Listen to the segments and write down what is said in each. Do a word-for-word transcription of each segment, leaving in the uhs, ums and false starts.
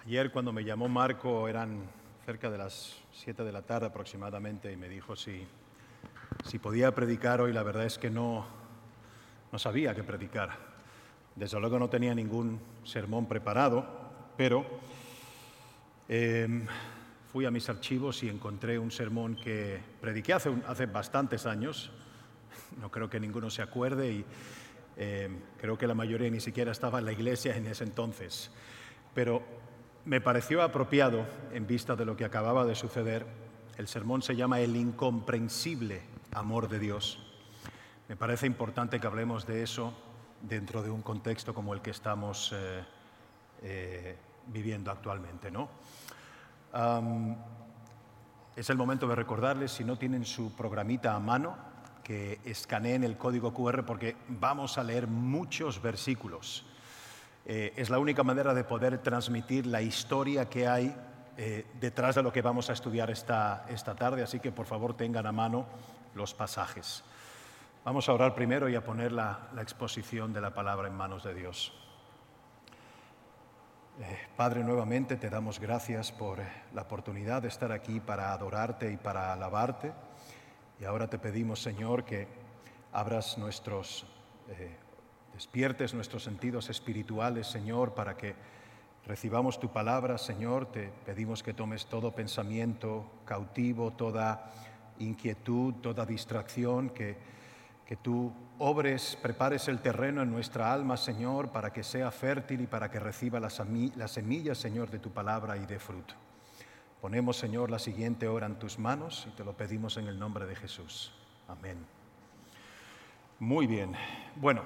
Ayer cuando me llamó Marco eran cerca de las siete de la tarde aproximadamente y me dijo si, si podía predicar hoy. La verdad es que no, no sabía qué predicar. Desde luego no tenía ningún sermón preparado, pero eh, fui a mis archivos y encontré un sermón que prediqué hace, un, hace bastantes años. No creo que ninguno se acuerde y eh, creo que la mayoría ni siquiera estaba en la iglesia en ese entonces. Pero me pareció apropiado en vista de lo que acababa de suceder. El sermón se llama El incomprensible amor de Dios. Me parece importante que hablemos de eso dentro de un contexto como el que estamos eh, eh, viviendo actualmente, ¿no? Um, es el momento de recordarles, si no tienen su programita a mano, que escaneen el código cu erre porque vamos a leer muchos versículos. Eh, es la única manera de poder transmitir la historia que hay eh, detrás de lo que vamos a estudiar esta, esta tarde, así que por favor tengan a mano los pasajes. Vamos a orar primero y a poner la, la exposición de la palabra en manos de Dios. Eh, Padre, nuevamente te damos gracias por la oportunidad de estar aquí para adorarte y para alabarte. Y ahora te pedimos, Señor, que abras nuestros, eh, despiertes nuestros sentidos espirituales, Señor, para que recibamos tu palabra, Señor. Te pedimos que tomes todo pensamiento cautivo, toda inquietud, toda distracción, que, que tú obres, prepares el terreno en nuestra alma, Señor, para que sea fértil y para que reciba las semillas, Señor, de tu palabra y de fruto. Ponemos, Señor, la siguiente hora en tus manos y te lo pedimos en el nombre de Jesús. Amén. Muy bien. Bueno,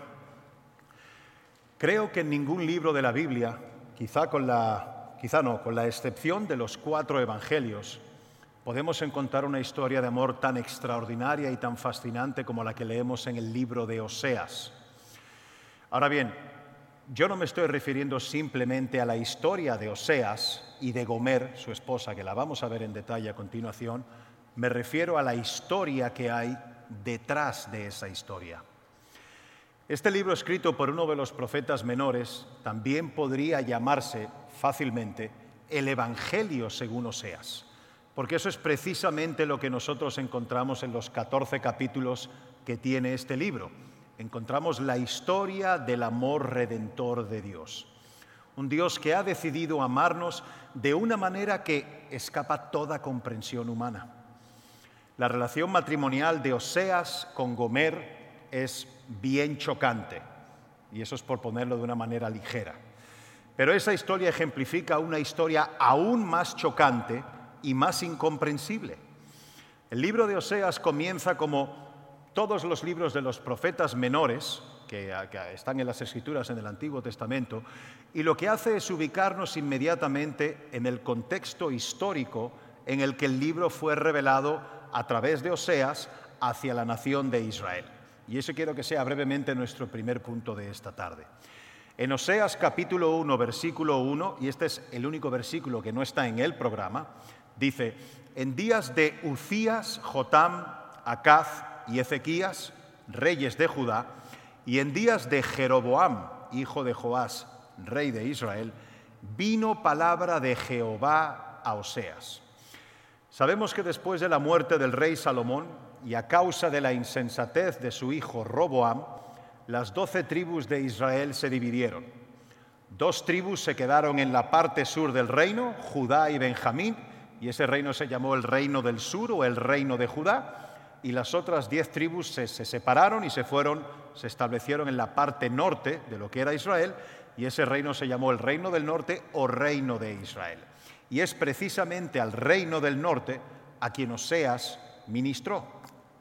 creo que en ningún libro de la Biblia, quizá, con la, quizá no, con la excepción de los cuatro evangelios, podemos encontrar una historia de amor tan extraordinaria y tan fascinante como la que leemos en el libro de Oseas. Ahora bien, yo no me estoy refiriendo simplemente a la historia de Oseas y de Gomer, su esposa, que la vamos a ver en detalle a continuación. Me refiero a la historia que hay detrás de esa historia. Este libro, escrito por uno de los profetas menores, también podría llamarse fácilmente el Evangelio según Oseas, porque eso es precisamente lo que nosotros encontramos en los catorce capítulos que tiene este libro. Encontramos la historia del amor redentor de Dios. Un Dios que ha decidido amarnos de una manera que escapa toda comprensión humana. La relación matrimonial de Oseas con Gomer es bien chocante, y eso es por ponerlo de una manera ligera. Pero esa historia ejemplifica una historia aún más chocante y más incomprensible. El libro de Oseas comienza como todos los libros de los profetas menores, que, que están en las Escrituras en el Antiguo Testamento, y lo que hace es ubicarnos inmediatamente en el contexto histórico en el que el libro fue revelado a través de Oseas hacia la nación de Israel. Y eso quiero que sea brevemente nuestro primer punto de esta tarde. En Oseas capítulo uno, versículo uno, y este es el único versículo que no está en el programa, dice: en días de Uzías, Jotam, Acaz y Ezequías, reyes de Judá, y en días de Jeroboam, hijo de Joás, rey de Israel, vino palabra de Jehová a Oseas. Sabemos que después de la muerte del rey Salomón, y a causa de la insensatez de su hijo Roboam, las doce tribus de Israel se dividieron. Dos tribus se quedaron en la parte sur del reino, Judá y Benjamín, y ese reino se llamó el reino del sur o el reino de Judá, y las otras diez tribus se, se separaron y se fueron, se establecieron en la parte norte de lo que era Israel, y ese reino se llamó el reino del norte o reino de Israel. Y es precisamente al reino del norte a quien Oseas ministró.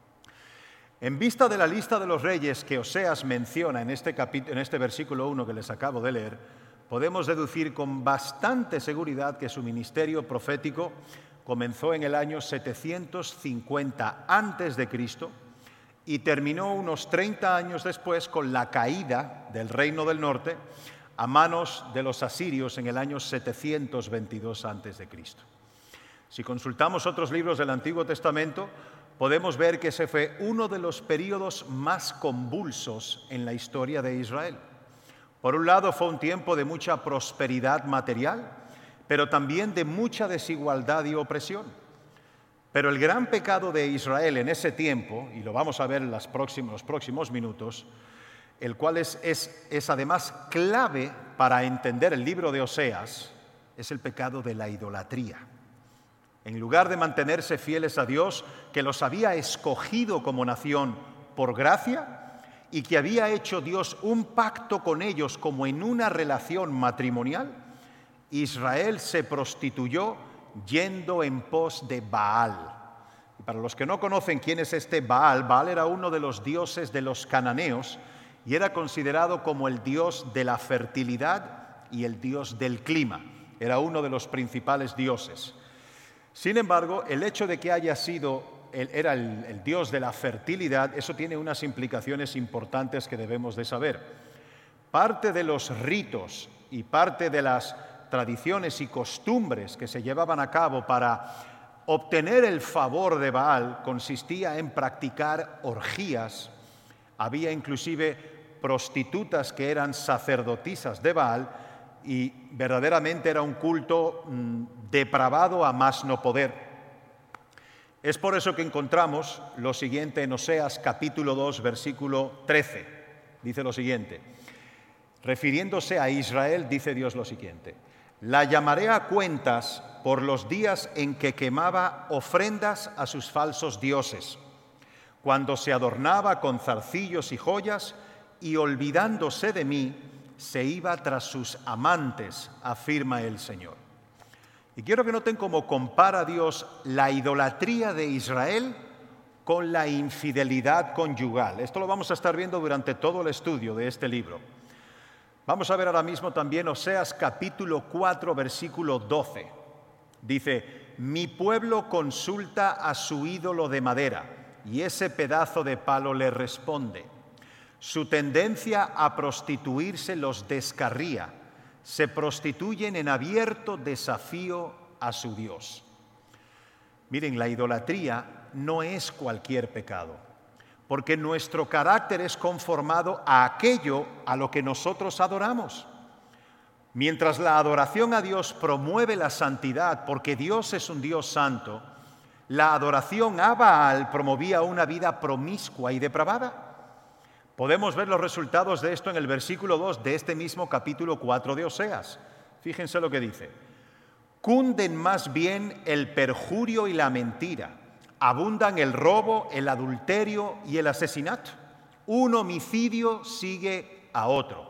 En vista de la lista de los reyes que Oseas menciona en este, capítulo, en este versículo uno que les acabo de leer, podemos deducir con bastante seguridad que su ministerio profético comenzó en el año setecientos cincuenta antes de Cristo y terminó unos treinta años después con la caída del reino del norte a manos de los asirios en el año setecientos veintidós antes de Cristo. Si consultamos otros libros del Antiguo Testamento, podemos ver que ese fue uno de los períodos más convulsos en la historia de Israel. Por un lado, fue un tiempo de mucha prosperidad material, pero también de mucha desigualdad y opresión. Pero el gran pecado de Israel en ese tiempo, y lo vamos a ver en los próximos, los próximos minutos, el cual es, es, es además clave para entender el libro de Oseas, es el pecado de la idolatría. En lugar de mantenerse fieles a Dios, que los había escogido como nación por gracia y que había hecho Dios un pacto con ellos como en una relación matrimonial, Israel se prostituyó yendo en pos de Baal. Y para los que no conocen quién es este Baal, Baal era uno de los dioses de los cananeos y era considerado como el dios de la fertilidad y el dios del clima. Era uno de los principales dioses. Sin embargo, el hecho de que haya sido, era el, el dios de la fertilidad, eso tiene unas implicaciones importantes que debemos de saber. Parte de los ritos y parte de las tradiciones y costumbres que se llevaban a cabo para obtener el favor de Baal consistía en practicar orgías. Había inclusive prostitutas que eran sacerdotisas de Baal y verdaderamente era un culto mmm, depravado a más no poder. Es por eso que encontramos lo siguiente en Oseas capítulo dos, versículo trece. Dice lo siguiente, refiriéndose a Israel, dice Dios lo siguiente: la llamaré a cuentas por los días en que quemaba ofrendas a sus falsos dioses, cuando se adornaba con zarcillos y joyas y olvidándose de mí, se iba tras sus amantes, afirma el Señor. Y quiero que noten cómo compara Dios la idolatría de Israel con la infidelidad conyugal. Esto lo vamos a estar viendo durante todo el estudio de este libro. Vamos a ver ahora mismo también Oseas capítulo cuatro, versículo doce. Dice, mi pueblo consulta a su ídolo de madera y ese pedazo de palo le responde. Su tendencia a prostituirse los descarría. Se prostituyen en abierto desafío a su Dios. Miren, la idolatría no es cualquier pecado, porque nuestro carácter es conformado a aquello a lo que nosotros adoramos. Mientras la adoración a Dios promueve la santidad, porque Dios es un Dios santo, la adoración a Baal promovía una vida promiscua y depravada. Podemos ver los resultados de esto en el versículo dos de este mismo capítulo cuatro de Oseas. Fíjense lo que dice. Cunden más bien el perjurio y la mentira. Abundan el robo, el adulterio y el asesinato. Un homicidio sigue a otro.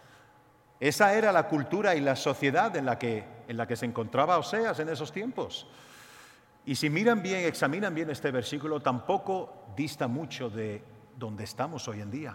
Esa era la cultura y la sociedad en la que, en la que se encontraba Oseas en esos tiempos. Y si miran bien, examinan bien este versículo, tampoco dista mucho de donde estamos hoy en día.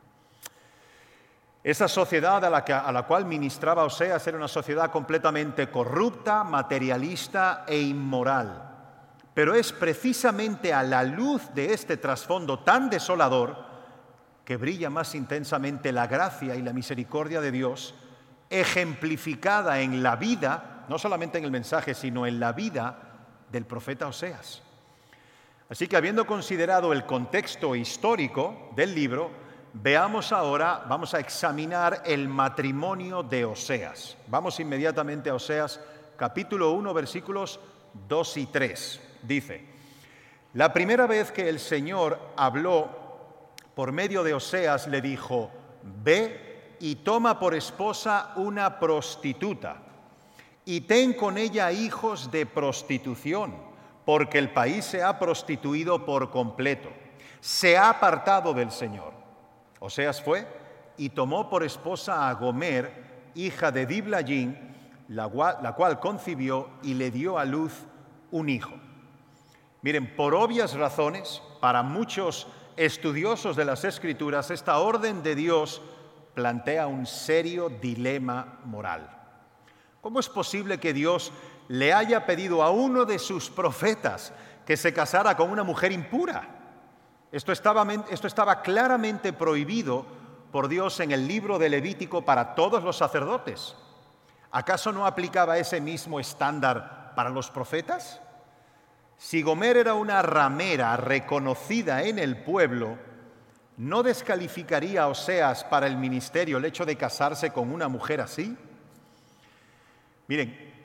Esa sociedad a la, que, a la cual ministraba Oseas era una sociedad completamente corrupta, materialista e inmoral. Pero es precisamente a la luz de este trasfondo tan desolador que brilla más intensamente la gracia y la misericordia de Dios, ejemplificada en la vida, no solamente en el mensaje, sino en la vida del profeta Oseas. Así que habiendo considerado el contexto histórico del libro, veamos ahora, vamos a examinar el matrimonio de Oseas. Vamos inmediatamente a Oseas capítulo uno, versículos dos y tres. Dice, la primera vez que el Señor habló por medio de Oseas, le dijo, ve y toma por esposa una prostituta y ten con ella hijos de prostitución, porque el país se ha prostituido por completo, se ha apartado del Señor. Oseas fue y tomó por esposa a Gomer, hija de Diblaim, la cual, la cual concibió y le dio a luz un hijo. Miren, por obvias razones, para muchos estudiosos de las Escrituras, esta orden de Dios plantea un serio dilema moral. ¿Cómo es posible que Dios le haya pedido a uno de sus profetas que se casara con una mujer impura? Esto estaba, esto estaba claramente prohibido por Dios en el libro de Levítico para todos los sacerdotes. ¿Acaso no aplicaba ese mismo estándar para los profetas? Si Gomer era una ramera reconocida en el pueblo, ¿no descalificaría a Oseas para el ministerio el hecho de casarse con una mujer así? Miren,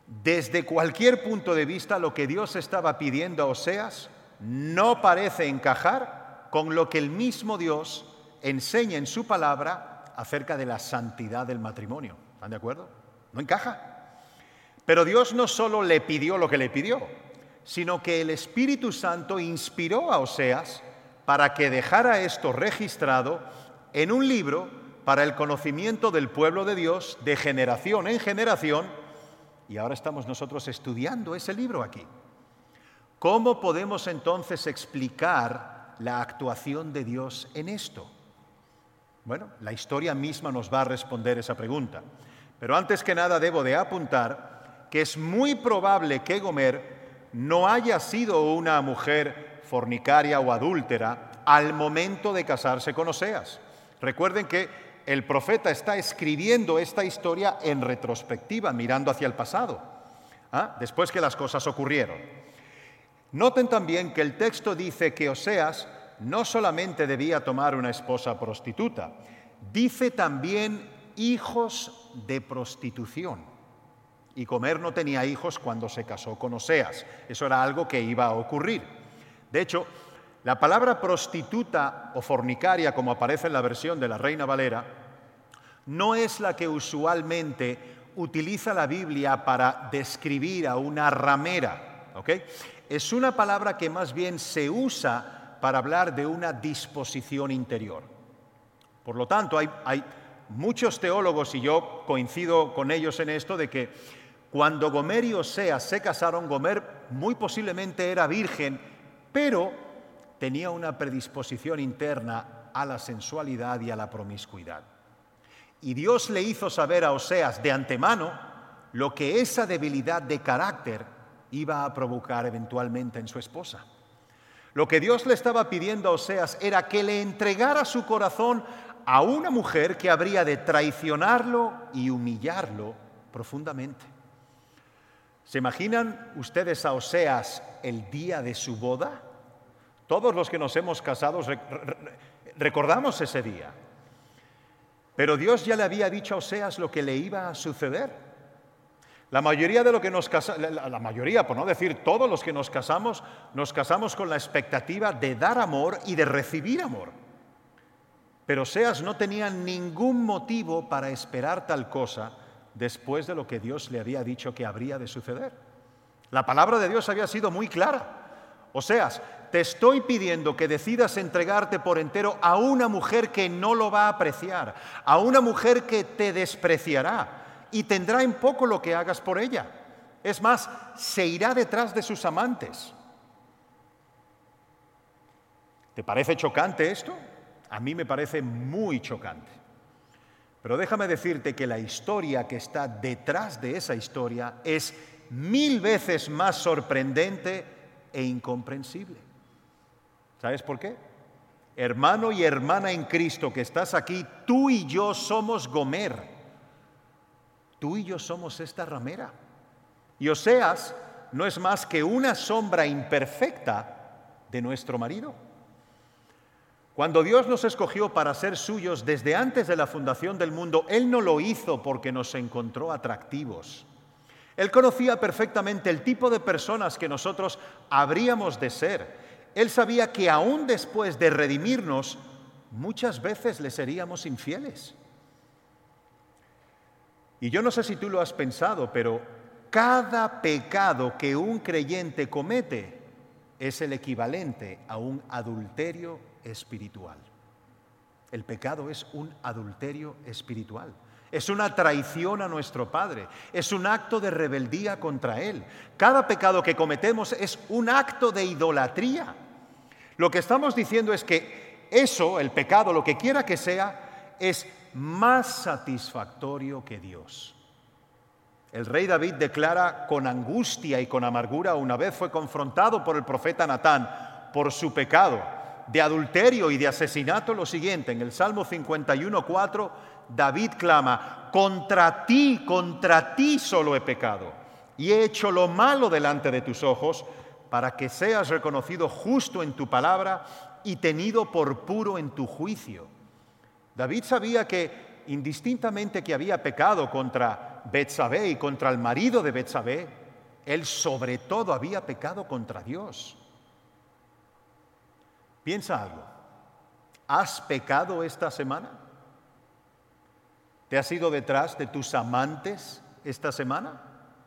Desde cualquier punto de vista, lo que Dios estaba pidiendo a Oseas no parece encajar con lo que el mismo Dios enseña en su palabra acerca de la santidad del matrimonio. ¿Están de acuerdo? No encaja. Pero Dios no solo le pidió lo que le pidió, sino que el Espíritu Santo inspiró a Oseas para que dejara esto registrado en un libro para el conocimiento del pueblo de Dios de generación en generación, y ahora estamos nosotros estudiando ese libro aquí. ¿Cómo podemos entonces explicar la actuación de Dios en esto? Bueno, la historia misma nos va a responder esa pregunta. Pero antes que nada debo de apuntar que es muy probable que Gomer no haya sido una mujer fornicaria o adúltera al momento de casarse con Oseas. Recuerden que el profeta está escribiendo esta historia en retrospectiva, mirando hacia el pasado, ¿ah? después que las cosas ocurrieron. Noten también que el texto dice que Oseas no solamente debía tomar una esposa prostituta, dice también hijos de prostitución. Y Gomer no tenía hijos cuando se casó con Oseas. Eso era algo que iba a ocurrir. De hecho, la palabra prostituta o fornicaria, como aparece en la versión de la Reina Valera, no es la que usualmente utiliza la Biblia para describir a una ramera, ¿ok? Es una palabra que más bien se usa para hablar de una disposición interior. Por lo tanto, hay, hay muchos teólogos, y yo coincido con ellos en esto, de que cuando Gomer y Oseas se casaron, Gomer muy posiblemente era virgen, pero tenía una predisposición interna a la sensualidad y a la promiscuidad. Y Dios le hizo saber a Oseas de antemano lo que esa debilidad de carácter iba a provocar eventualmente en su esposa. Lo que Dios le estaba pidiendo a Oseas era que le entregara su corazón a una mujer que habría de traicionarlo y humillarlo profundamente. ¿Se imaginan ustedes a Oseas el día de su boda? Todos los que nos hemos casado recordamos ese día. Pero Dios ya le había dicho a Oseas lo que le iba a suceder. La mayoría de lo que nos casa, la, la mayoría, por no decir todos los que nos casamos, nos casamos con la expectativa de dar amor y de recibir amor. Pero Oseas no tenía ningún motivo para esperar tal cosa después de lo que Dios le había dicho que habría de suceder. La palabra de Dios había sido muy clara. Oseas, te estoy pidiendo que decidas entregarte por entero a una mujer que no lo va a apreciar, a una mujer que te despreciará y tendrá en poco lo que hagas por ella. Es más, se irá detrás de sus amantes. ¿Te parece chocante esto? A mí me parece muy chocante. Pero déjame decirte que la historia que está detrás de esa historia es mil veces más sorprendente e incomprensible. ¿Sabes por qué? Hermano y hermana en Cristo que estás aquí, tú y yo somos Gomer. Tú y yo somos esta ramera. Y Oseas no es más que una sombra imperfecta de nuestro marido. Cuando Dios nos escogió para ser suyos desde antes de la fundación del mundo, Él no lo hizo porque nos encontró atractivos. Él conocía perfectamente el tipo de personas que nosotros habríamos de ser. Él sabía que aún después de redimirnos, muchas veces le seríamos infieles. Y yo no sé si tú lo has pensado, pero cada pecado que un creyente comete es el equivalente a un adulterio espiritual. El pecado es un adulterio espiritual. Es una traición a nuestro Padre. Es un acto de rebeldía contra Él. Cada pecado que cometemos es un acto de idolatría. Lo que estamos diciendo es que eso, el pecado, lo que quiera que sea, es más satisfactorio que Dios. El rey David declara con angustia y con amargura, una vez fue confrontado por el profeta Natán por su pecado de adulterio y de asesinato, lo siguiente, en el Salmo cincuenta y uno, cuatro, David clama, contra ti, contra ti solo he pecado, y he hecho lo malo delante de tus ojos, para que seas reconocido justo en tu palabra y tenido por puro en tu juicio. David sabía que, indistintamente que había pecado contra Betsabé y contra el marido de Betsabé, él sobre todo había pecado contra Dios. Piensa algo. ¿Has pecado esta semana? ¿Te has ido detrás de tus amantes esta semana?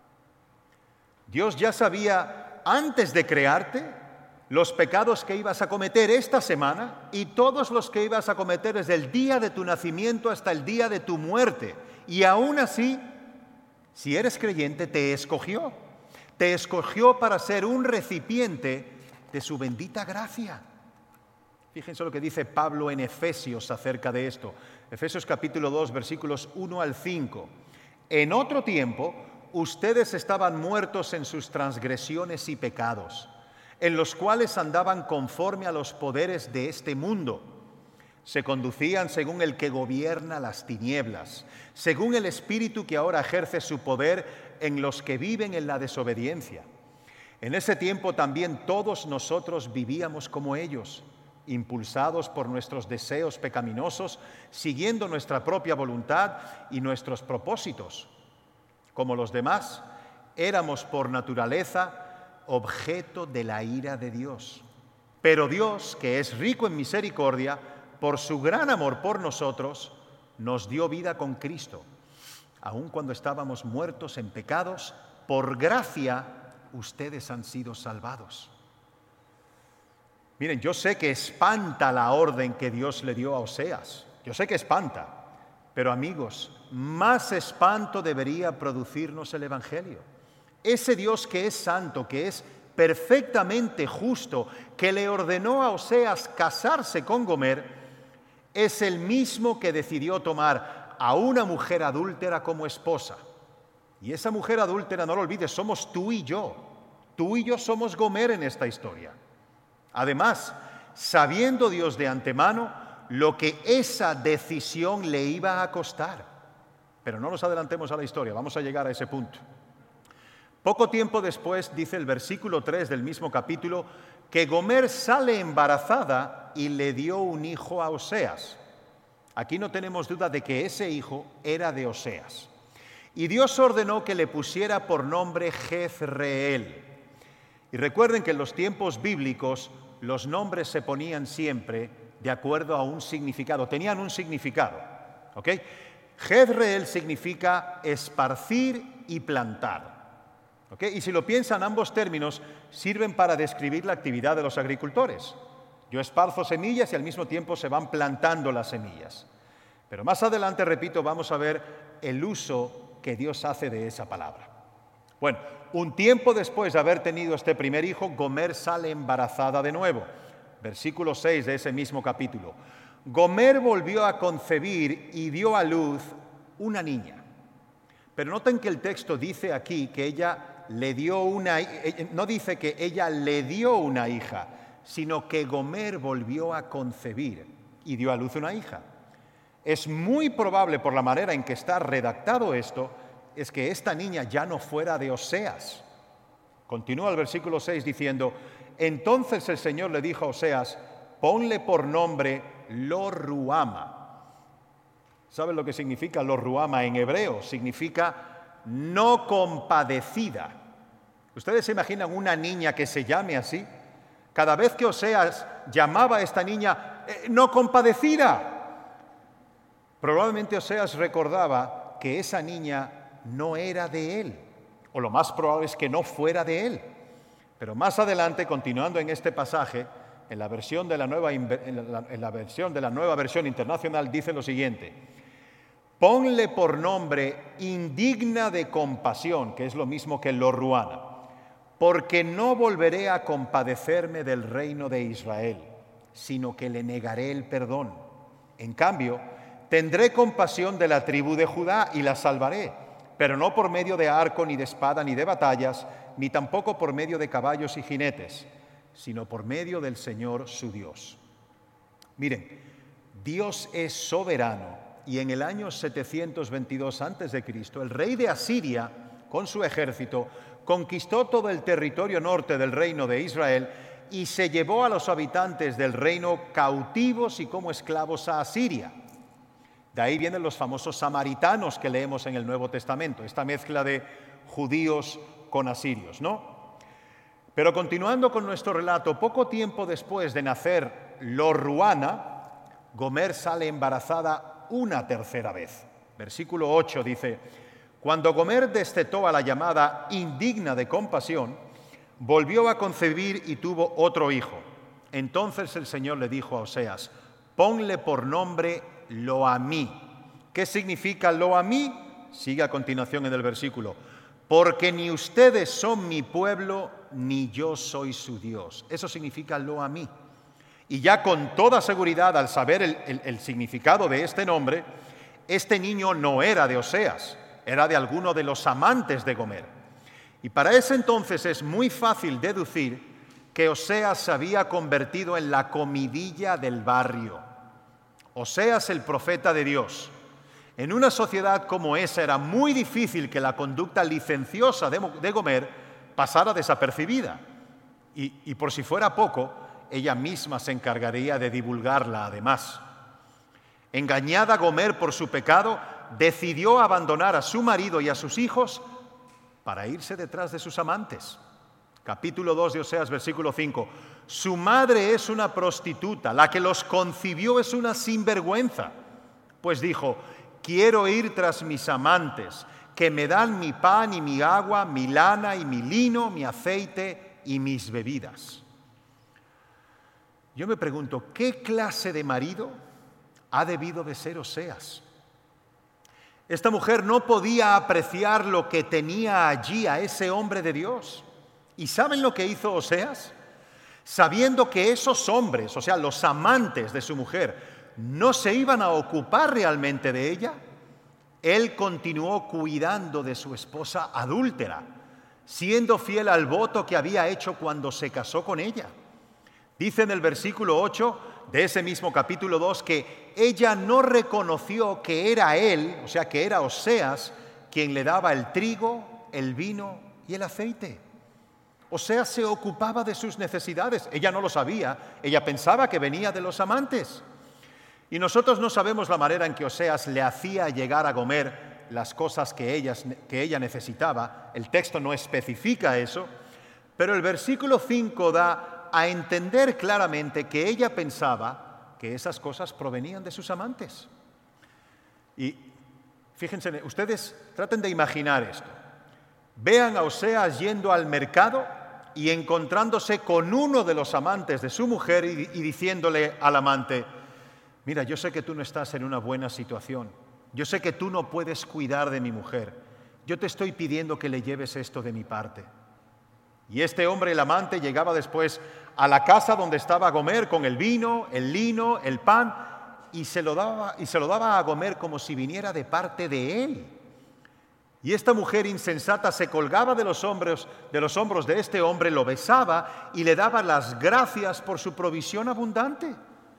Dios ya sabía antes de crearte los pecados que ibas a cometer esta semana y todos los que ibas a cometer desde el día de tu nacimiento hasta el día de tu muerte. Y aún así, si eres creyente, te escogió. Te escogió para ser un recipiente de su bendita gracia. Fíjense lo que dice Pablo en Efesios acerca de esto. Efesios capítulo dos, versículos uno al cinco. En otro tiempo, ustedes estaban muertos en sus transgresiones y pecados, en los cuales andaban conforme a los poderes de este mundo. Se conducían según el que gobierna las tinieblas, según el espíritu que ahora ejerce su poder en los que viven en la desobediencia. En ese tiempo también todos nosotros vivíamos como ellos, impulsados por nuestros deseos pecaminosos, siguiendo nuestra propia voluntad y nuestros propósitos. Como los demás, éramos por naturaleza objeto de la ira de Dios. Pero Dios, que es rico en misericordia, por su gran amor por nosotros, nos dio vida con Cristo. Aun cuando estábamos muertos en pecados, por gracia ustedes han sido salvados. Miren, yo sé que espanta la orden que Dios le dio a Oseas. Yo sé que espanta. Pero amigos, más espanto debería producirnos el Evangelio. Ese Dios que es santo, que es perfectamente justo, que le ordenó a Oseas casarse con Gomer, es el mismo que decidió tomar a una mujer adúltera como esposa. Y esa mujer adúltera, no lo olvides, somos tú y yo. Tú y yo somos Gomer en esta historia. Además, sabiendo Dios de antemano lo que esa decisión le iba a costar. Pero no nos adelantemos a la historia, vamos a llegar a ese punto. Poco tiempo después, dice el versículo tres del mismo capítulo, que Gomer sale embarazada y le dio un hijo a Oseas. Aquí no tenemos duda de que ese hijo era de Oseas. Y Dios ordenó que le pusiera por nombre Jezreel. Y recuerden que en los tiempos bíblicos los nombres se ponían siempre de acuerdo a un significado, tenían un significado. ¿Ok? Jezreel significa esparcir y plantar. ¿Ok? Y si lo piensan, ambos términos sirven para describir la actividad de los agricultores. Yo esparzo semillas y al mismo tiempo se van plantando las semillas. Pero más adelante, repito, vamos a ver el uso que Dios hace de esa palabra. Bueno, un tiempo después de haber tenido este primer hijo, Gomer sale embarazada de nuevo. Versículo seis de ese mismo capítulo. Gomer volvió a concebir y dio a luz una niña. Pero noten que el texto dice aquí que ella le dio una, no dice que ella le dio una hija, sino que Gomer volvió a concebir y dio a luz una hija. Es muy probable, por la manera en que está redactado esto, es que esta niña ya no fuera de Oseas. Continúa el versículo seis diciendo: entonces el Señor le dijo a Oseas, ponle por nombre Lo-Ruama. ¿Saben lo que significa Lo-Ruama en hebreo? Significa no compadecida. ¿Ustedes se imaginan una niña que se llame así? Cada vez que Oseas llamaba a esta niña, eh, no compadecida. Probablemente Oseas recordaba que esa niña no era de él, o lo más probable es que no fuera de él. Pero más adelante, continuando en este pasaje, en la versión de la nueva, en la, en la versión de la nueva versión internacional dice lo siguiente: ponle por nombre indigna de compasión, que es lo mismo que Lo-Ruama, porque no volveré a compadecerme del reino de Israel, sino que le negaré el perdón. En cambio, tendré compasión de la tribu de Judá y la salvaré, pero no por medio de arco, ni de espada, ni de batallas, ni tampoco por medio de caballos y jinetes, sino por medio del Señor su Dios. Miren, Dios es soberano y en el año setecientos veintidós antes de Cristo, el rey de Asiria, con su ejército, conquistó todo el territorio norte del reino de Israel y se llevó a los habitantes del reino cautivos y como esclavos a Asiria. De ahí vienen los famosos samaritanos que leemos en el Nuevo Testamento, esta mezcla de judíos con asirios, ¿no? Pero continuando con nuestro relato, poco tiempo después de nacer Lo-Ruhama, Gomer sale embarazada una tercera vez. Versículo ocho dice: cuando Gomer destetó a la llamada indigna de compasión, volvió a concebir y tuvo otro hijo. Entonces el Señor le dijo a Oseas: ponle por nombre Lo-Ammi. ¿Qué significa Lo-Ammi? Sigue a continuación en el versículo: porque ni ustedes son mi pueblo, ni yo soy su Dios. Eso significa Lo-Ammi. Y ya con toda seguridad, al saber el, el, el significado de este nombre, este niño no era de Oseas, era de alguno de los amantes de Gomer. Y para ese entonces es muy fácil deducir que Oseas se había convertido en la comidilla del barrio. Oseas, el profeta de Dios. En una sociedad como esa era muy difícil que la conducta licenciosa de, de Gomer pasara desapercibida. Y, y por si fuera poco, ella misma se encargaría de divulgarla además. Engañada Gomer por su pecado, decidió abandonar a su marido y a sus hijos para irse detrás de sus amantes. Capítulo dos de Oseas, versículo cinco. Su madre es una prostituta, la que los concibió es una sinvergüenza. Pues dijo: quiero ir tras mis amantes, que me dan mi pan y mi agua, mi lana y mi lino, mi aceite y mis bebidas. Yo me pregunto, ¿qué clase de marido ha debido de ser Oseas? Esta mujer no podía apreciar lo que tenía allí a ese hombre de Dios. ¿Y saben lo que hizo Oseas? Sabiendo que esos hombres, o sea, los amantes de su mujer, no se iban a ocupar realmente de ella, él continuó cuidando de su esposa adúltera, siendo fiel al voto que había hecho cuando se casó con ella. Dice en el versículo ocho de ese mismo capítulo dos que ella no reconoció que era él, o sea, que era Oseas, quien le daba el trigo, el vino y el aceite. Oseas se ocupaba de sus necesidades. Ella no lo sabía, ella pensaba que venía de los amantes. Y nosotros no sabemos la manera en que Oseas le hacía llegar a Gomer las cosas que ella, que ella necesitaba. El texto no especifica eso, pero el versículo cinco da a entender claramente que ella pensaba que esas cosas provenían de sus amantes. Y fíjense, ustedes traten de imaginar esto. Vean a Oseas yendo al mercado y encontrándose con uno de los amantes de su mujer y, y diciéndole al amante: mira, yo sé que tú no estás en una buena situación, yo sé que tú no puedes cuidar de mi mujer, yo te estoy pidiendo que le lleves esto de mi parte. Y este hombre, el amante, llegaba después a la casa donde estaba Gomer con el vino, el lino, el pan, y se lo daba, y se lo daba a Gomer como si viniera de parte de él. Y esta mujer insensata se colgaba de los hombros, de los hombros de este hombre, lo besaba y le daba las gracias por su provisión abundante.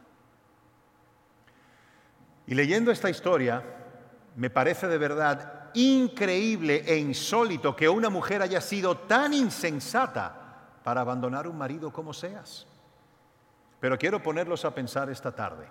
Y leyendo esta historia, me parece de verdad increíble e insólito que una mujer haya sido tan insensata para abandonar un marido como Oseas. Pero quiero ponerlos a pensar esta tarde.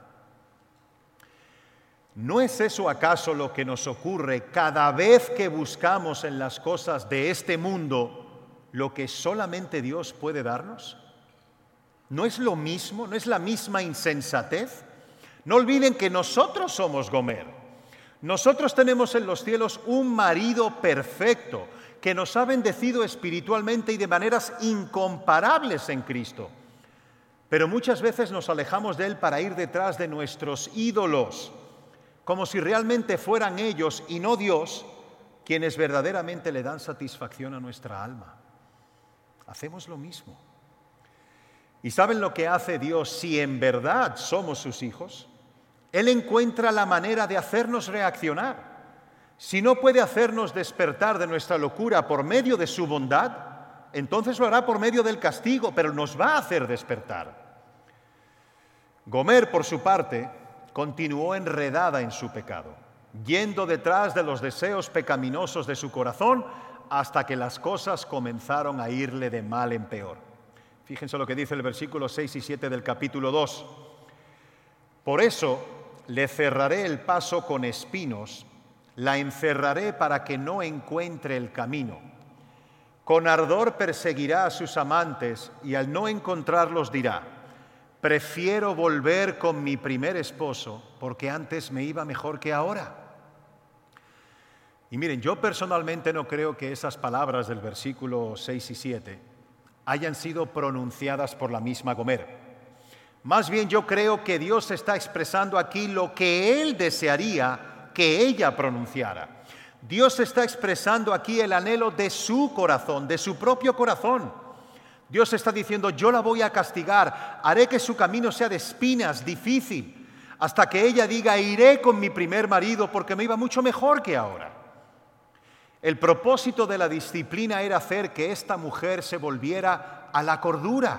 ¿No es eso acaso lo que nos ocurre cada vez que buscamos en las cosas de este mundo lo que solamente Dios puede darnos? ¿No es lo mismo? ¿No es la misma insensatez? No olviden que nosotros somos Gomer. Nosotros tenemos en los cielos un marido perfecto que nos ha bendecido espiritualmente y de maneras incomparables en Cristo. Pero muchas veces nos alejamos de Él para ir detrás de nuestros ídolos, como si realmente fueran ellos y no Dios quienes verdaderamente le dan satisfacción a nuestra alma. Hacemos lo mismo. ¿Y saben lo que hace Dios si en verdad somos sus hijos? Él encuentra la manera de hacernos reaccionar. Si no puede hacernos despertar de nuestra locura por medio de su bondad, entonces lo hará por medio del castigo, pero nos va a hacer despertar. Gomer, por su parte, continuó enredada en su pecado, yendo detrás de los deseos pecaminosos de su corazón hasta que las cosas comenzaron a irle de mal en peor. Fíjense lo que dice el versículo seis y siete del capítulo dos. Por eso le cerraré el paso con espinos, la encerraré para que no encuentre el camino. Con ardor perseguirá a sus amantes y al no encontrarlos dirá: prefiero volver con mi primer esposo porque antes me iba mejor que ahora. Y miren, yo personalmente no creo que esas palabras del versículo seis y siete hayan sido pronunciadas por la misma Gomer. Más bien yo creo que Dios está expresando aquí lo que Él desearía que ella pronunciara. Dios está expresando aquí el anhelo de su corazón, de su propio corazón. Dios está diciendo: yo la voy a castigar, haré que su camino sea de espinas, difícil, hasta que ella diga: iré con mi primer marido porque me iba mucho mejor que ahora. El propósito de la disciplina era hacer que esta mujer se volviera a la cordura.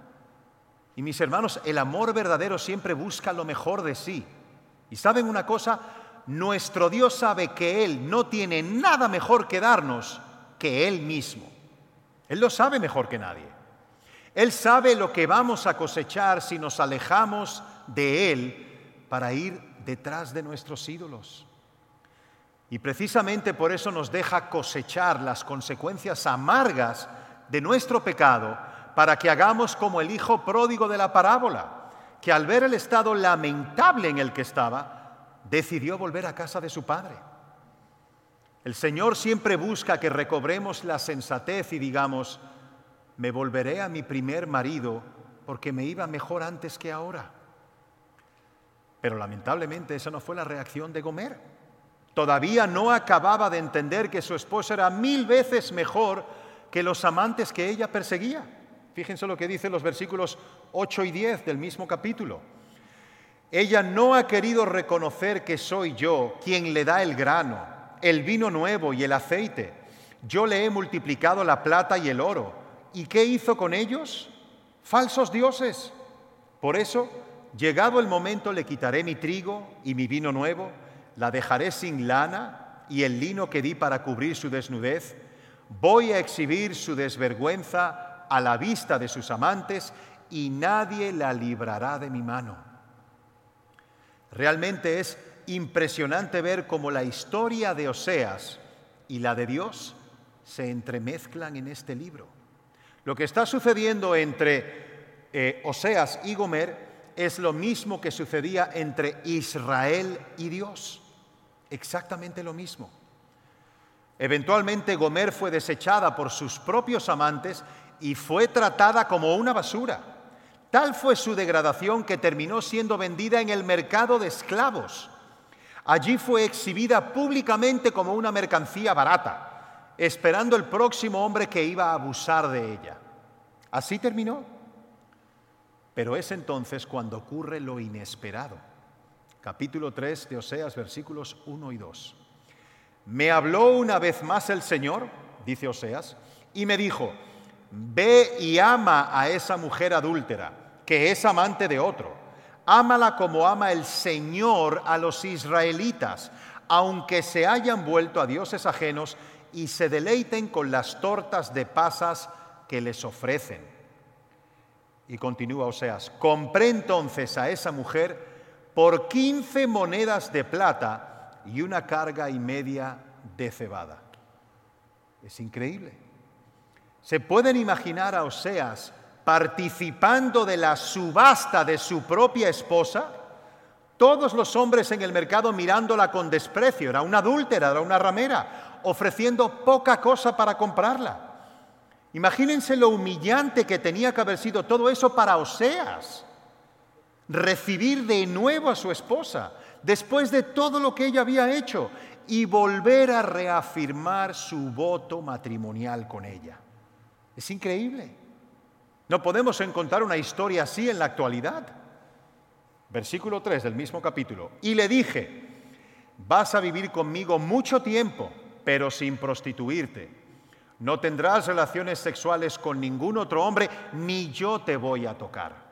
Y mis hermanos, el amor verdadero siempre busca lo mejor de sí. ¿Y saben una cosa? Nuestro Dios sabe que Él no tiene nada mejor que darnos que Él mismo. Él lo sabe mejor que nadie. Él sabe lo que vamos a cosechar si nos alejamos de Él para ir detrás de nuestros ídolos. Y precisamente por eso nos deja cosechar las consecuencias amargas de nuestro pecado, para que hagamos como el hijo pródigo de la parábola, que al ver el estado lamentable en el que estaba, decidió volver a casa de su padre. El Señor siempre busca que recobremos la sensatez y digamos: me volveré a mi primer marido porque me iba mejor antes que ahora. Pero lamentablemente esa no fue la reacción de Gomer. Todavía no acababa de entender que su esposo era mil veces mejor que los amantes que ella perseguía. Fíjense lo que dicen los versículos ocho y diez del mismo capítulo. Ella no ha querido reconocer que soy yo quien le da el grano, el vino nuevo y el aceite. Yo le he multiplicado la plata y el oro. ¿Y qué hizo con ellos? Falsos dioses. Por eso, llegado el momento, le quitaré mi trigo y mi vino nuevo, la dejaré sin lana y el lino que di para cubrir su desnudez. Voy a exhibir su desvergüenza a la vista de sus amantes y nadie la librará de mi mano. Realmente es impresionante ver cómo la historia de Oseas y la de Dios se entremezclan en este libro. Lo que está sucediendo entre eh, Oseas y Gomer es lo mismo que sucedía entre Israel y Dios. Exactamente lo mismo. Eventualmente Gomer fue desechada por sus propios amantes y fue tratada como una basura. Tal fue su degradación que terminó siendo vendida en el mercado de esclavos. Allí fue exhibida públicamente como una mercancía barata, esperando el próximo hombre que iba a abusar de ella. Así terminó. Pero es entonces cuando ocurre lo inesperado. Capítulo tres de Oseas, versículos uno y dos. Me habló una vez más el Señor, dice Oseas, y me dijo: ve y ama a esa mujer adúltera, que es amante de otro. Ámala como ama el Señor a los israelitas, aunque se hayan vuelto a dioses ajenos y se deleiten con las tortas de pasas que les ofrecen. Y continúa Oseas: compré entonces a esa mujer por quince monedas de plata y una carga y media de cebada. Es increíble. ¿Se pueden imaginar a Oseas participando de la subasta de su propia esposa? Todos los hombres en el mercado mirándola con desprecio. Era una adúltera, era una ramera, ofreciendo poca cosa para comprarla. Imagínense lo humillante que tenía que haber sido todo eso para Oseas. Recibir de nuevo a su esposa, después de todo lo que ella había hecho, y volver a reafirmar su voto matrimonial con ella. Es increíble. No podemos encontrar una historia así en la actualidad. Versículo tres del mismo capítulo. Y le dije: vas a vivir conmigo mucho tiempo, pero sin prostituirte. No tendrás relaciones sexuales con ningún otro hombre, ni yo te voy a tocar.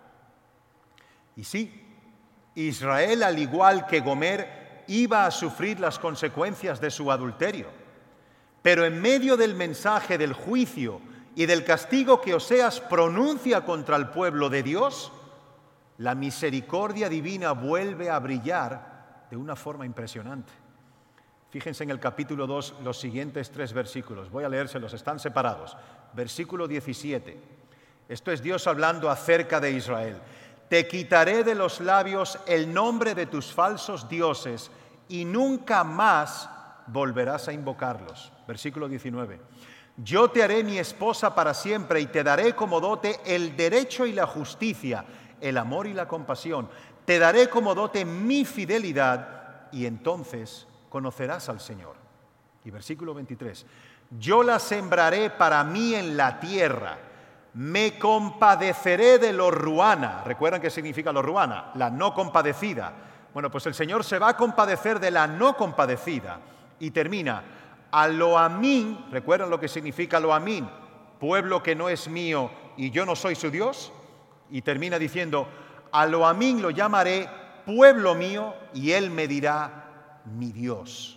Y sí, Israel, al igual que Gomer, iba a sufrir las consecuencias de su adulterio. Pero en medio del mensaje del juicio y del castigo que Oseas pronuncia contra el pueblo de Dios, la misericordia divina vuelve a brillar de una forma impresionante. Fíjense en el capítulo dos los siguientes tres versículos. Voy a leérselos, están separados. Versículo diecisiete. Esto es Dios hablando acerca de Israel. Te quitaré de los labios el nombre de tus falsos dioses y nunca más volverás a invocarlos. Versículo diecinueve. Yo te haré mi esposa para siempre y te daré como dote el derecho y la justicia, el amor y la compasión. Te daré como dote mi fidelidad y entonces conocerás al Señor. Y versículo veintitrés. Yo la sembraré para mí en la tierra. Me compadeceré de lo ruana. ¿Recuerdan qué significa lo ruana? La no compadecida. Bueno, pues el Señor se va a compadecer de la no compadecida. Y termina, a lo amín, ¿recuerdan lo que significa lo amín? Pueblo que no es mío y yo no soy su Dios. Y termina diciendo, a lo amín lo llamaré pueblo mío y él me dirá mi Dios.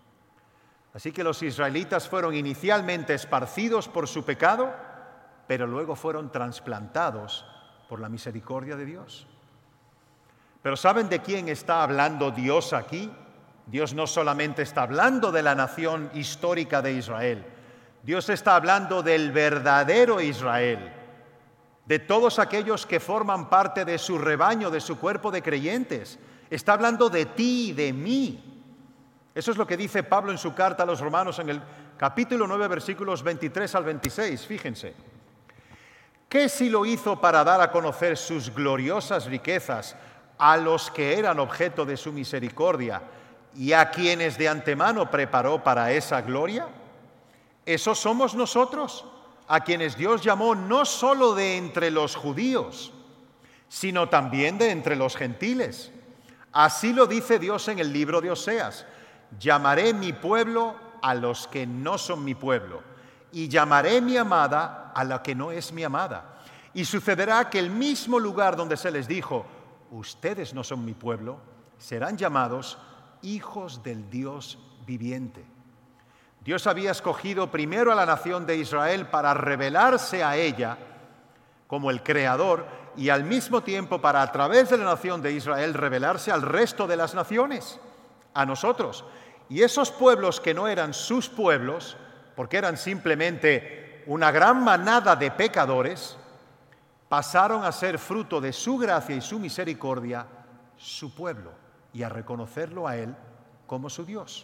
Así que los israelitas fueron inicialmente esparcidos por su pecado, pero luego fueron trasplantados por la misericordia de Dios. Pero ¿saben de quién está hablando Dios aquí? Dios no solamente está hablando de la nación histórica de Israel, Dios está hablando del verdadero Israel, de todos aquellos que forman parte de su rebaño, de su cuerpo de creyentes. Está hablando de ti y de mí. Eso es lo que dice Pablo en su carta a los Romanos en el capítulo nueve, versículos veintitrés al veintiséis. Fíjense. ¿Qué si lo hizo para dar a conocer sus gloriosas riquezas a los que eran objeto de su misericordia y a quienes de antemano preparó para esa gloria? Esos somos nosotros, a quienes Dios llamó no solo de entre los judíos, sino también de entre los gentiles. Así lo dice Dios en el libro de Oseas. Llamaré mi pueblo a los que no son mi pueblo, y llamaré mi amada a la que no es mi amada. Y sucederá que el mismo lugar donde se les dijo, ustedes no son mi pueblo, serán llamados hijos del Dios viviente. Dios había escogido primero a la nación de Israel para revelarse a ella como el Creador y al mismo tiempo para, a través de la nación de Israel, revelarse al resto de las naciones, a nosotros. Y esos pueblos que no eran sus pueblos, porque eran simplemente una gran manada de pecadores, pasaron a ser fruto de su gracia y su misericordia, su pueblo, y a reconocerlo a Él como su Dios.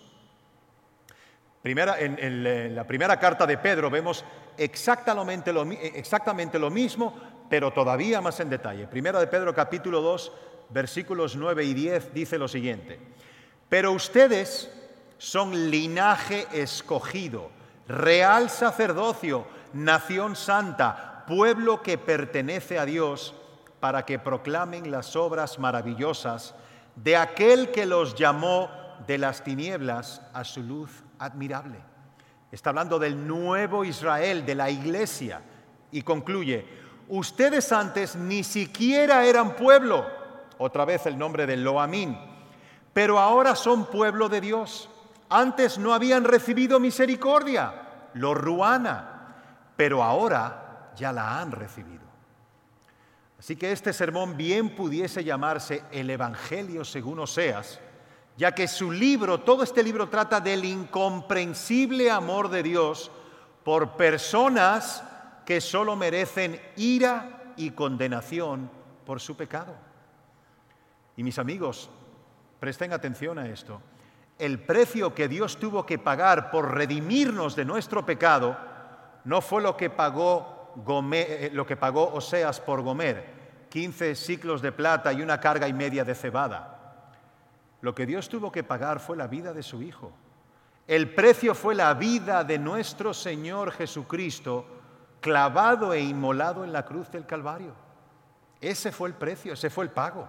Primera, en, en, en la primera carta de Pedro vemos exactamente lo, exactamente lo mismo, pero todavía más en detalle. Primera de Pedro capítulo dos, versículos nueve y diez dice lo siguiente. Pero ustedes son linaje escogido, real sacerdocio, nación santa, pueblo que pertenece a Dios, para que proclamen las obras maravillosas de aquel que los llamó de las tinieblas a su luz admirable. Está hablando del nuevo Israel, de la iglesia, y concluye, ustedes antes ni siquiera eran pueblo, otra vez el nombre de Lo-Amín, pero ahora son pueblo de Dios. Antes no habían recibido misericordia, Lo-Ruana, pero ahora ya la han recibido. Así que este sermón bien pudiese llamarse el Evangelio según Oseas, ya que su libro, todo este libro trata del incomprensible amor de Dios por personas que solo merecen ira y condenación por su pecado. Y mis amigos, presten atención a esto. El precio que Dios tuvo que pagar por redimirnos de nuestro pecado no fue lo que pagó, Gomer, lo que pagó Oseas por Gomer, quince siclos de plata y una carga y media de cebada. Lo que Dios tuvo que pagar fue la vida de su Hijo. El precio fue la vida de nuestro Señor Jesucristo, clavado e inmolado en la cruz del Calvario. Ese fue el precio, ese fue el pago.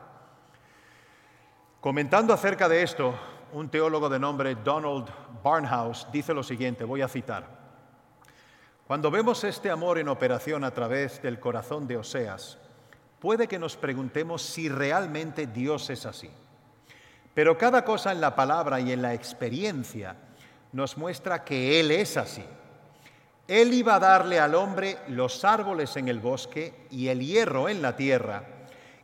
Comentando acerca de esto, un teólogo de nombre Donald Barnhouse dice lo siguiente, voy a citar. Cuando vemos este amor en operación a través del corazón de Oseas, puede que nos preguntemos si realmente Dios es así. Pero cada cosa en la palabra y en la experiencia nos muestra que Él es así. Él iba a darle al hombre los árboles en el bosque y el hierro en la tierra,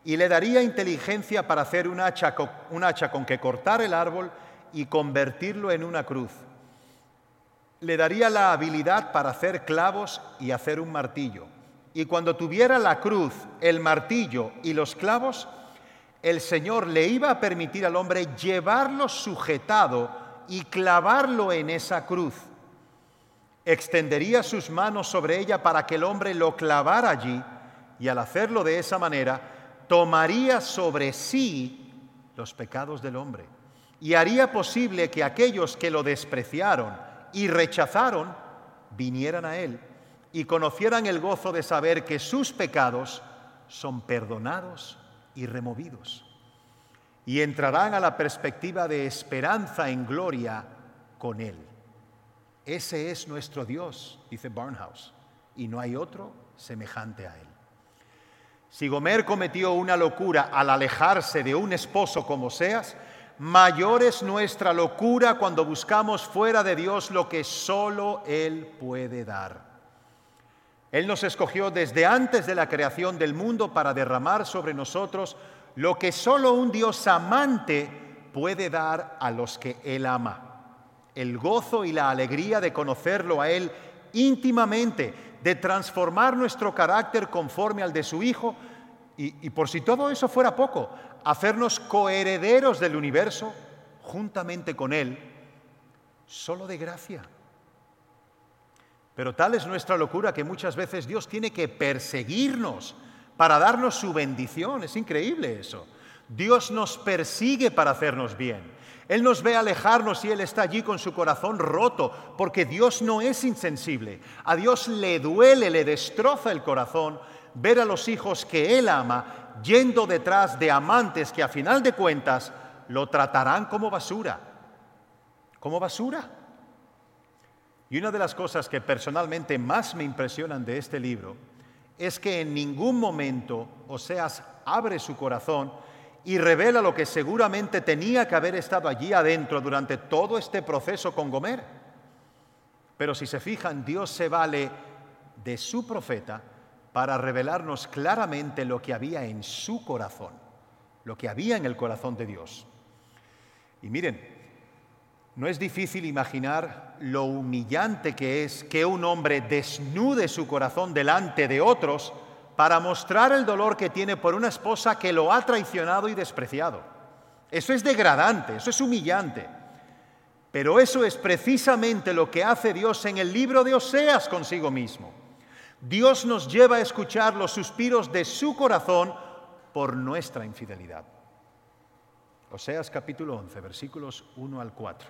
y le daría inteligencia para hacer un hacha, un hacha con que cortar el árbol y convertirlo en una cruz. Le daría la habilidad para hacer clavos y hacer un martillo. Y cuando tuviera la cruz, el martillo y los clavos, el Señor le iba a permitir al hombre llevarlo sujetado y clavarlo en esa cruz. Extendería sus manos sobre ella para que el hombre lo clavara allí, y al hacerlo de esa manera, tomaría sobre sí los pecados del hombre y haría posible que aquellos que lo despreciaron y rechazaron vinieran a él y conocieran el gozo de saber que sus pecados son perdonados y removidos, y entrarán a la perspectiva de esperanza en gloria con él. Ese es nuestro Dios, dice Barnhouse, y no hay otro semejante a él. Si Gomer cometió una locura al alejarse de un esposo como Oseas, mayor es nuestra locura cuando buscamos fuera de Dios lo que solo Él puede dar. Él nos escogió desde antes de la creación del mundo para derramar sobre nosotros lo que solo un Dios amante puede dar a los que Él ama. El gozo y la alegría de conocerlo a Él íntimamente, de transformar nuestro carácter conforme al de su Hijo, y, y por si todo eso fuera poco, hacernos coherederos del universo juntamente con Él, solo de gracia. Pero tal es nuestra locura que muchas veces Dios tiene que perseguirnos para darnos su bendición. Es increíble eso. Dios nos persigue para hacernos bien. Él nos ve alejarnos y Él está allí con su corazón roto, porque Dios no es insensible. A Dios le duele, le destroza el corazón ver a los hijos que Él ama yendo detrás de amantes que a final de cuentas lo tratarán como basura. ¿Como basura? Y una de las cosas que personalmente más me impresionan de este libro es que en ningún momento Oseas abre su corazón y revela lo que seguramente tenía que haber estado allí adentro durante todo este proceso con Gomer. Pero si se fijan, Dios se vale de su profeta para revelarnos claramente lo que había en su corazón, lo que había en el corazón de Dios. Y miren, no es difícil imaginar lo humillante que es que un hombre desnude su corazón delante de otros para mostrar el dolor que tiene por una esposa que lo ha traicionado y despreciado. Eso es degradante, eso es humillante. Pero eso es precisamente lo que hace Dios en el libro de Oseas consigo mismo. Dios nos lleva a escuchar los suspiros de su corazón por nuestra infidelidad. Oseas capítulo once, versículos uno al cuatro.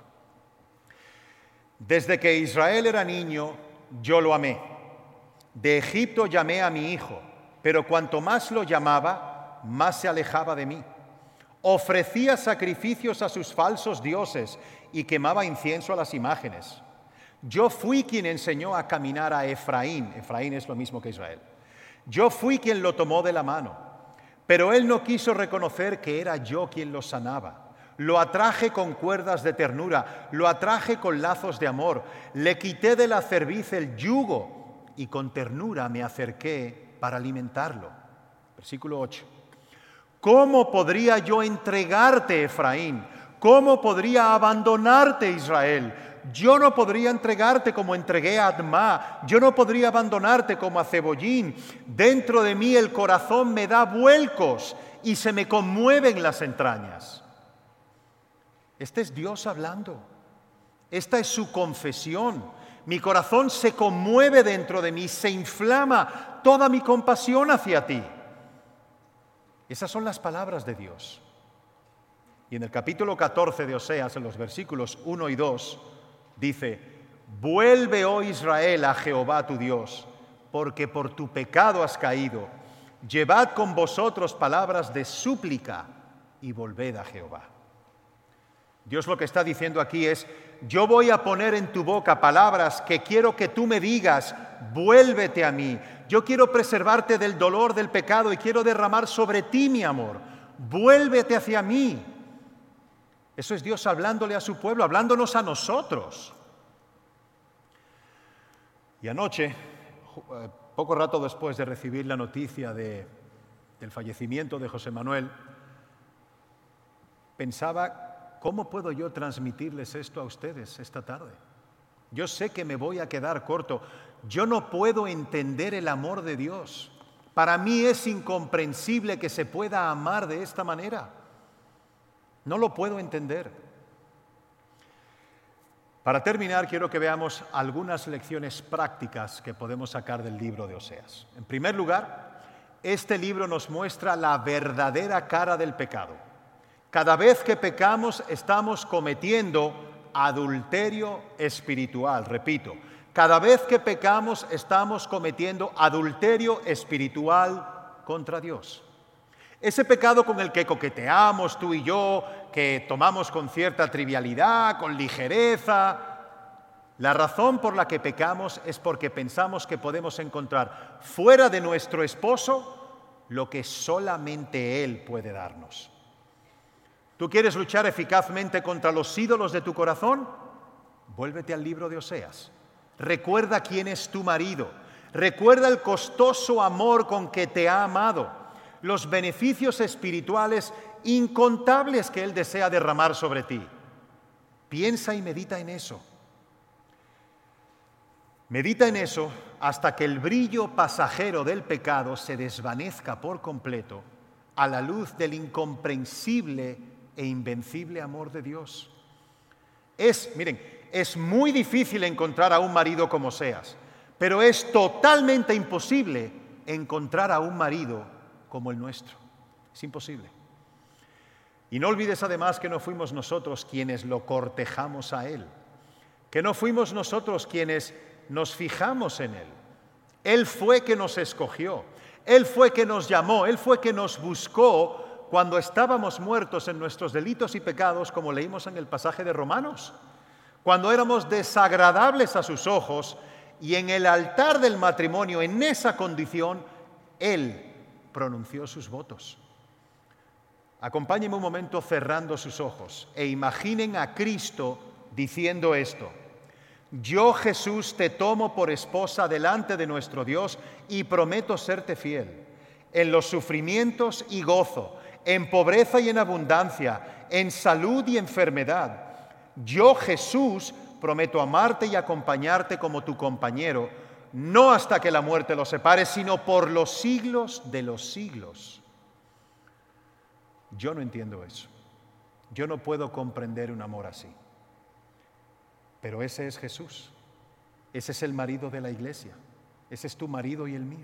Desde que Israel era niño, yo lo amé. De Egipto llamé a mi hijo, pero cuanto más lo llamaba, más se alejaba de mí. Ofrecía sacrificios a sus falsos dioses y quemaba incienso a las imágenes. Yo fui quien enseñó a caminar a Efraín. Efraín es lo mismo que Israel. Yo fui quien lo tomó de la mano, pero él no quiso reconocer que era yo quien lo sanaba. Lo atraje con cuerdas de ternura, lo atraje con lazos de amor. Le quité de la cerviz el yugo y con ternura me acerqué para alimentarlo. Versículo ocho. ¿Cómo podría yo entregarte, Efraín? ¿Cómo podría abandonarte, Israel? Yo no podría entregarte como entregué a Admá. Yo no podría abandonarte como a Cebollín. Dentro de mí el corazón me da vuelcos y se me conmueven las entrañas. Este es Dios hablando. Esta es su confesión. Mi corazón se conmueve dentro de mí, se inflama toda mi compasión hacia ti. Esas son las palabras de Dios. Y en el capítulo catorce de Oseas, en los versículos uno y dos, dice: vuelve, oh Israel, a Jehová tu Dios, porque por tu pecado has caído. Llevad con vosotros palabras de súplica y volved a Jehová. Dios lo que está diciendo aquí es: yo voy a poner en tu boca palabras que quiero que tú me digas, vuélvete a mí. Yo quiero preservarte del dolor del pecado y quiero derramar sobre ti mi amor. Vuélvete hacia mí. Eso es Dios hablándole a su pueblo, hablándonos a nosotros. Y anoche, poco rato después de recibir la noticia de del fallecimiento de José Manuel, pensaba, ¿cómo puedo yo transmitirles esto a ustedes esta tarde? Yo sé que me voy a quedar corto. Yo no puedo entender el amor de Dios. Para mí es incomprensible que se pueda amar de esta manera. No lo puedo entender. Para terminar, quiero que veamos algunas lecciones prácticas que podemos sacar del libro de Oseas. En primer lugar, este libro nos muestra la verdadera cara del pecado. Cada vez que pecamos, estamos cometiendo adulterio espiritual. Repito, cada vez que pecamos, estamos cometiendo adulterio espiritual contra Dios. Ese pecado con el que coqueteamos tú y yo, que tomamos con cierta trivialidad, con ligereza. La razón por la que pecamos es porque pensamos que podemos encontrar fuera de nuestro esposo lo que solamente Él puede darnos. ¿Tú quieres luchar eficazmente contra los ídolos de tu corazón? Vuélvete al libro de Oseas. Recuerda quién es tu marido. Recuerda el costoso amor con que te ha amado. Los beneficios espirituales incontables que Él desea derramar sobre ti. Piensa y medita en eso. Medita en eso hasta que el brillo pasajero del pecado se desvanezca por completo a la luz del incomprensible e invencible amor de Dios. Es, miren, es muy difícil encontrar a un marido como Oseas, pero es totalmente imposible encontrar a un marido como el nuestro. Es imposible. Y no olvides además que no fuimos nosotros quienes lo cortejamos a Él, que no fuimos nosotros quienes nos fijamos en Él. Él fue que nos escogió, Él fue que nos llamó, Él fue que nos buscó cuando estábamos muertos en nuestros delitos y pecados, como leímos en el pasaje de Romanos, cuando éramos desagradables a sus ojos, y en el altar del matrimonio, en esa condición, Él pronunció sus votos. Acompáñenme un momento cerrando sus ojos e imaginen a Cristo diciendo esto: yo, Jesús, te tomo por esposa delante de nuestro Dios y prometo serte fiel en los sufrimientos y gozo, en pobreza y en abundancia, en salud y enfermedad. Yo, Jesús, prometo amarte y acompañarte como tu compañero, no hasta que la muerte los separe, sino por los siglos de los siglos. Yo no entiendo eso. Yo no puedo comprender un amor así. Pero ese es Jesús. Ese es el marido de la iglesia. Ese es tu marido y el mío.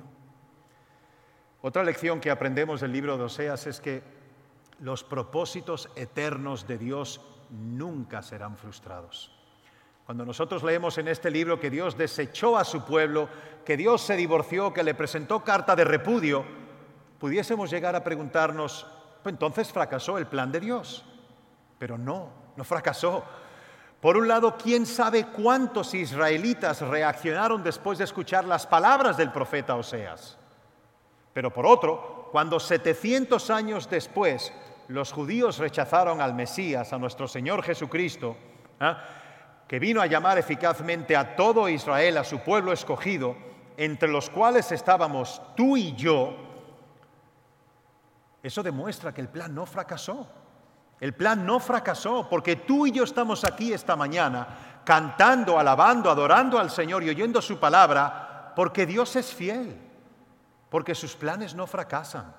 Otra lección que aprendemos del libro de Oseas es que los propósitos eternos de Dios nunca serán frustrados. Cuando nosotros leemos en este libro que Dios desechó a su pueblo, que Dios se divorció, que le presentó carta de repudio, pudiésemos llegar a preguntarnos, pues entonces fracasó el plan de Dios. Pero no, no fracasó. Por un lado, ¿quién sabe cuántos israelitas reaccionaron después de escuchar las palabras del profeta Oseas? Pero por otro, cuando setecientos años después los judíos rechazaron al Mesías, a nuestro Señor Jesucristo, ¿eh? que vino a llamar eficazmente a todo Israel, a su pueblo escogido, entre los cuales estábamos tú y yo, eso demuestra que el plan no fracasó. El plan no fracasó, porque tú y yo estamos aquí esta mañana cantando, alabando, adorando al Señor y oyendo su palabra, porque Dios es fiel, porque sus planes no fracasan.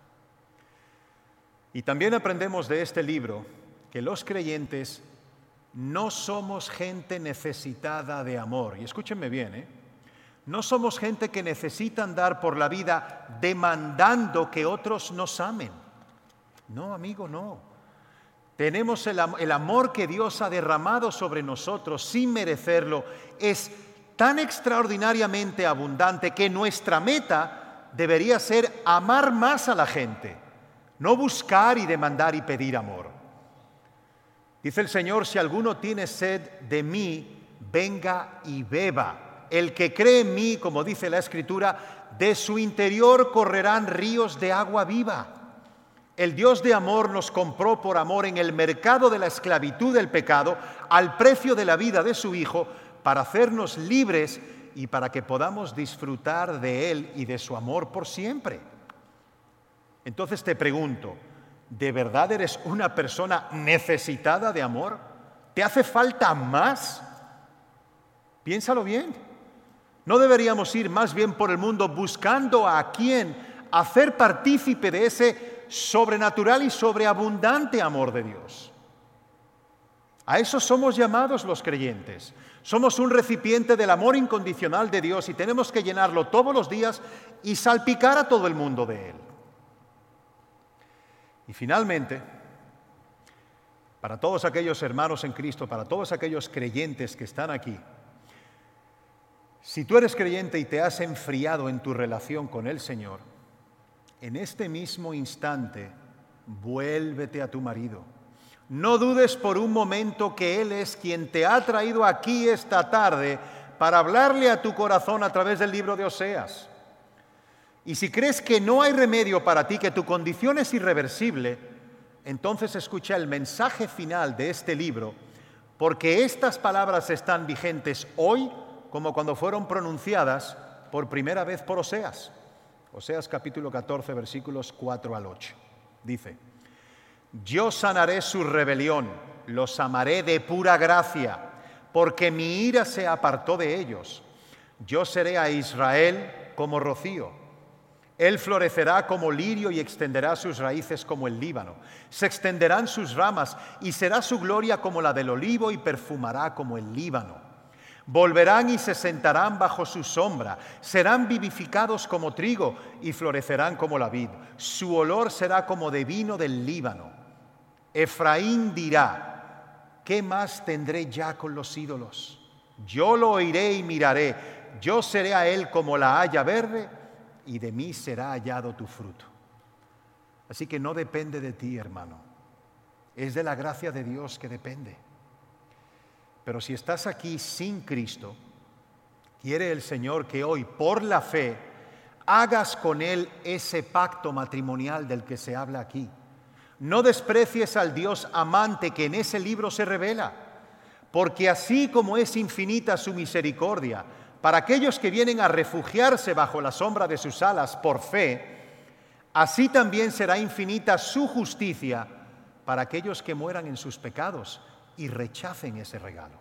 Y también aprendemos de este libro que los creyentes no somos gente necesitada de amor. Y escúchenme bien, ¿eh? No somos gente que necesita andar por la vida demandando que otros nos amen. No, amigo, no. Tenemos el, am- el amor que Dios ha derramado sobre nosotros sin merecerlo. Es tan extraordinariamente abundante que nuestra meta debería ser amar más a la gente, no buscar y demandar y pedir amor. Dice el Señor, si alguno tiene sed de mí, venga y beba. El que cree en mí, como dice la Escritura, de su interior correrán ríos de agua viva. El Dios de amor nos compró por amor en el mercado de la esclavitud del pecado, al precio de la vida de su Hijo, para hacernos libres y para que podamos disfrutar de Él y de su amor por siempre. Entonces te pregunto, ¿de verdad eres una persona necesitada de amor? ¿Te hace falta más? Piénsalo bien. ¿No deberíamos ir más bien por el mundo buscando a quien hacer partícipe de ese sobrenatural y sobreabundante amor de Dios? A eso somos llamados los creyentes. Somos un recipiente del amor incondicional de Dios y tenemos que llenarlo todos los días y salpicar a todo el mundo de Él. Y finalmente, para todos aquellos hermanos en Cristo, para todos aquellos creyentes que están aquí, si tú eres creyente y te has enfriado en tu relación con el Señor, en este mismo instante, vuélvete a tu marido. No dudes por un momento que Él es quien te ha traído aquí esta tarde para hablarle a tu corazón a través del libro de Oseas. Y si crees que no hay remedio para ti, que tu condición es irreversible, entonces escucha el mensaje final de este libro, porque estas palabras están vigentes hoy como cuando fueron pronunciadas por primera vez por Oseas. Oseas capítulo catorce, versículos cuatro al ocho. Dice: yo sanaré su rebelión, los amaré de pura gracia, porque mi ira se apartó de ellos. Yo seré a Israel como rocío. Él florecerá como lirio y extenderá sus raíces como el Líbano. Se extenderán sus ramas y será su gloria como la del olivo y perfumará como el Líbano. Volverán y se sentarán bajo su sombra. Serán vivificados como trigo y florecerán como la vid. Su olor será como de vino del Líbano. Efraín dirá: ¿qué más tendré ya con los ídolos? Yo lo oiré y miraré. Yo seré a él como la haya verde, y de mí será hallado tu fruto. Así que no depende de ti, hermano. Es de la gracia de Dios que depende. Pero si estás aquí sin Cristo, quiere el Señor que hoy, por la fe, hagas con Él ese pacto matrimonial del que se habla aquí. No desprecies al Dios amante que en ese libro se revela, porque así como es infinita su misericordia para aquellos que vienen a refugiarse bajo la sombra de sus alas por fe, así también será infinita su justicia para aquellos que mueran en sus pecados y rechacen ese regalo.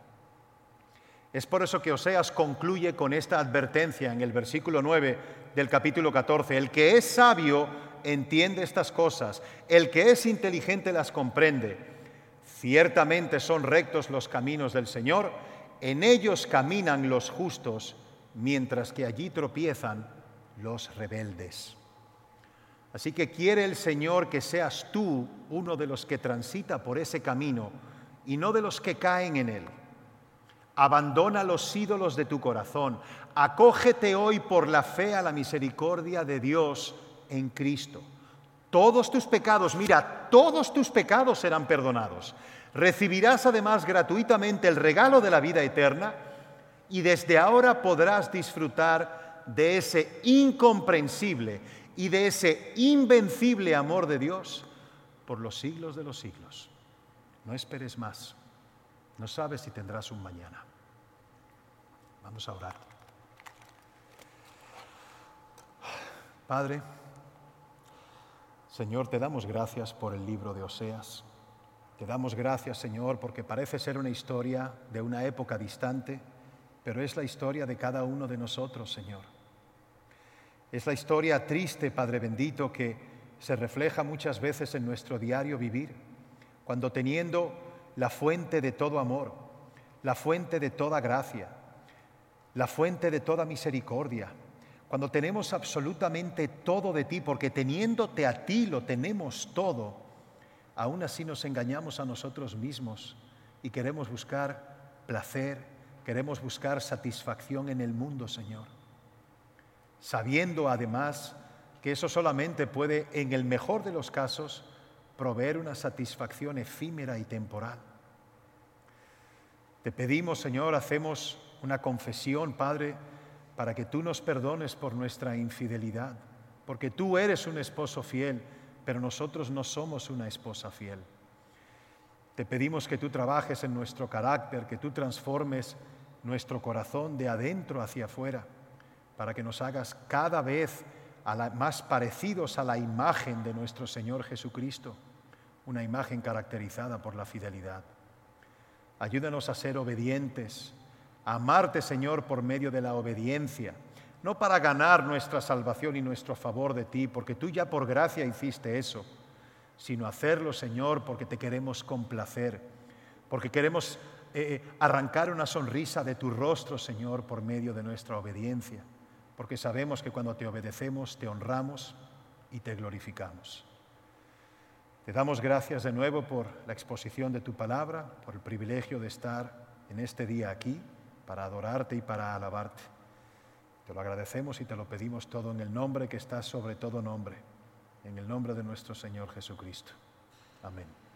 Es por eso que Oseas concluye con esta advertencia en el versículo nueve del capítulo catorce. El que es sabio entiende estas cosas, el que es inteligente las comprende. Ciertamente son rectos los caminos del Señor, en ellos caminan los justos, mientras que allí tropiezan los rebeldes. Así que quiere el Señor que seas tú uno de los que transita por ese camino y no de los que caen en él. Abandona los ídolos de tu corazón. Acógete hoy por la fe a la misericordia de Dios en Cristo. Todos tus pecados, mira, todos tus pecados serán perdonados. Recibirás además gratuitamente el regalo de la vida eterna y desde ahora podrás disfrutar de ese incomprensible y de ese invencible amor de Dios por los siglos de los siglos. No esperes más. No sabes si tendrás un mañana. Vamos a orar. Padre, Señor, te damos gracias por el libro de Oseas. Te damos gracias, Señor, porque parece ser una historia de una época distante, pero es la historia de cada uno de nosotros, Señor. Es la historia triste, Padre bendito, que se refleja muchas veces en nuestro diario vivir, cuando teniendo la fuente de todo amor, la fuente de toda gracia, la fuente de toda misericordia, cuando tenemos absolutamente todo de ti, porque teniéndote a ti lo tenemos todo, aún así nos engañamos a nosotros mismos y queremos buscar placer, queremos buscar satisfacción en el mundo, Señor. Sabiendo además que eso solamente puede, en el mejor de los casos, proveer una satisfacción efímera y temporal. Te pedimos, Señor, hacemos una confesión, Padre, para que tú nos perdones por nuestra infidelidad, porque tú eres un esposo fiel, pero nosotros no somos una esposa fiel. Te pedimos que tú trabajes en nuestro carácter, que tú transformes nuestro corazón de adentro hacia afuera, para que nos hagas cada vez a la, más parecidos a la imagen de nuestro Señor Jesucristo, una imagen caracterizada por la fidelidad. Ayúdanos a ser obedientes, a amarte, Señor, por medio de la obediencia, no para ganar nuestra salvación y nuestro favor de ti, porque tú ya por gracia hiciste eso, sino hacerlo, Señor, porque te queremos complacer, porque queremos eh, arrancar una sonrisa de tu rostro, Señor, por medio de nuestra obediencia, porque sabemos que cuando te obedecemos, te honramos y te glorificamos. Te damos gracias de nuevo por la exposición de tu palabra, por el privilegio de estar en este día aquí para adorarte y para alabarte. Te lo agradecemos y te lo pedimos todo en el nombre que está sobre todo nombre, en el nombre de nuestro Señor Jesucristo. Amén.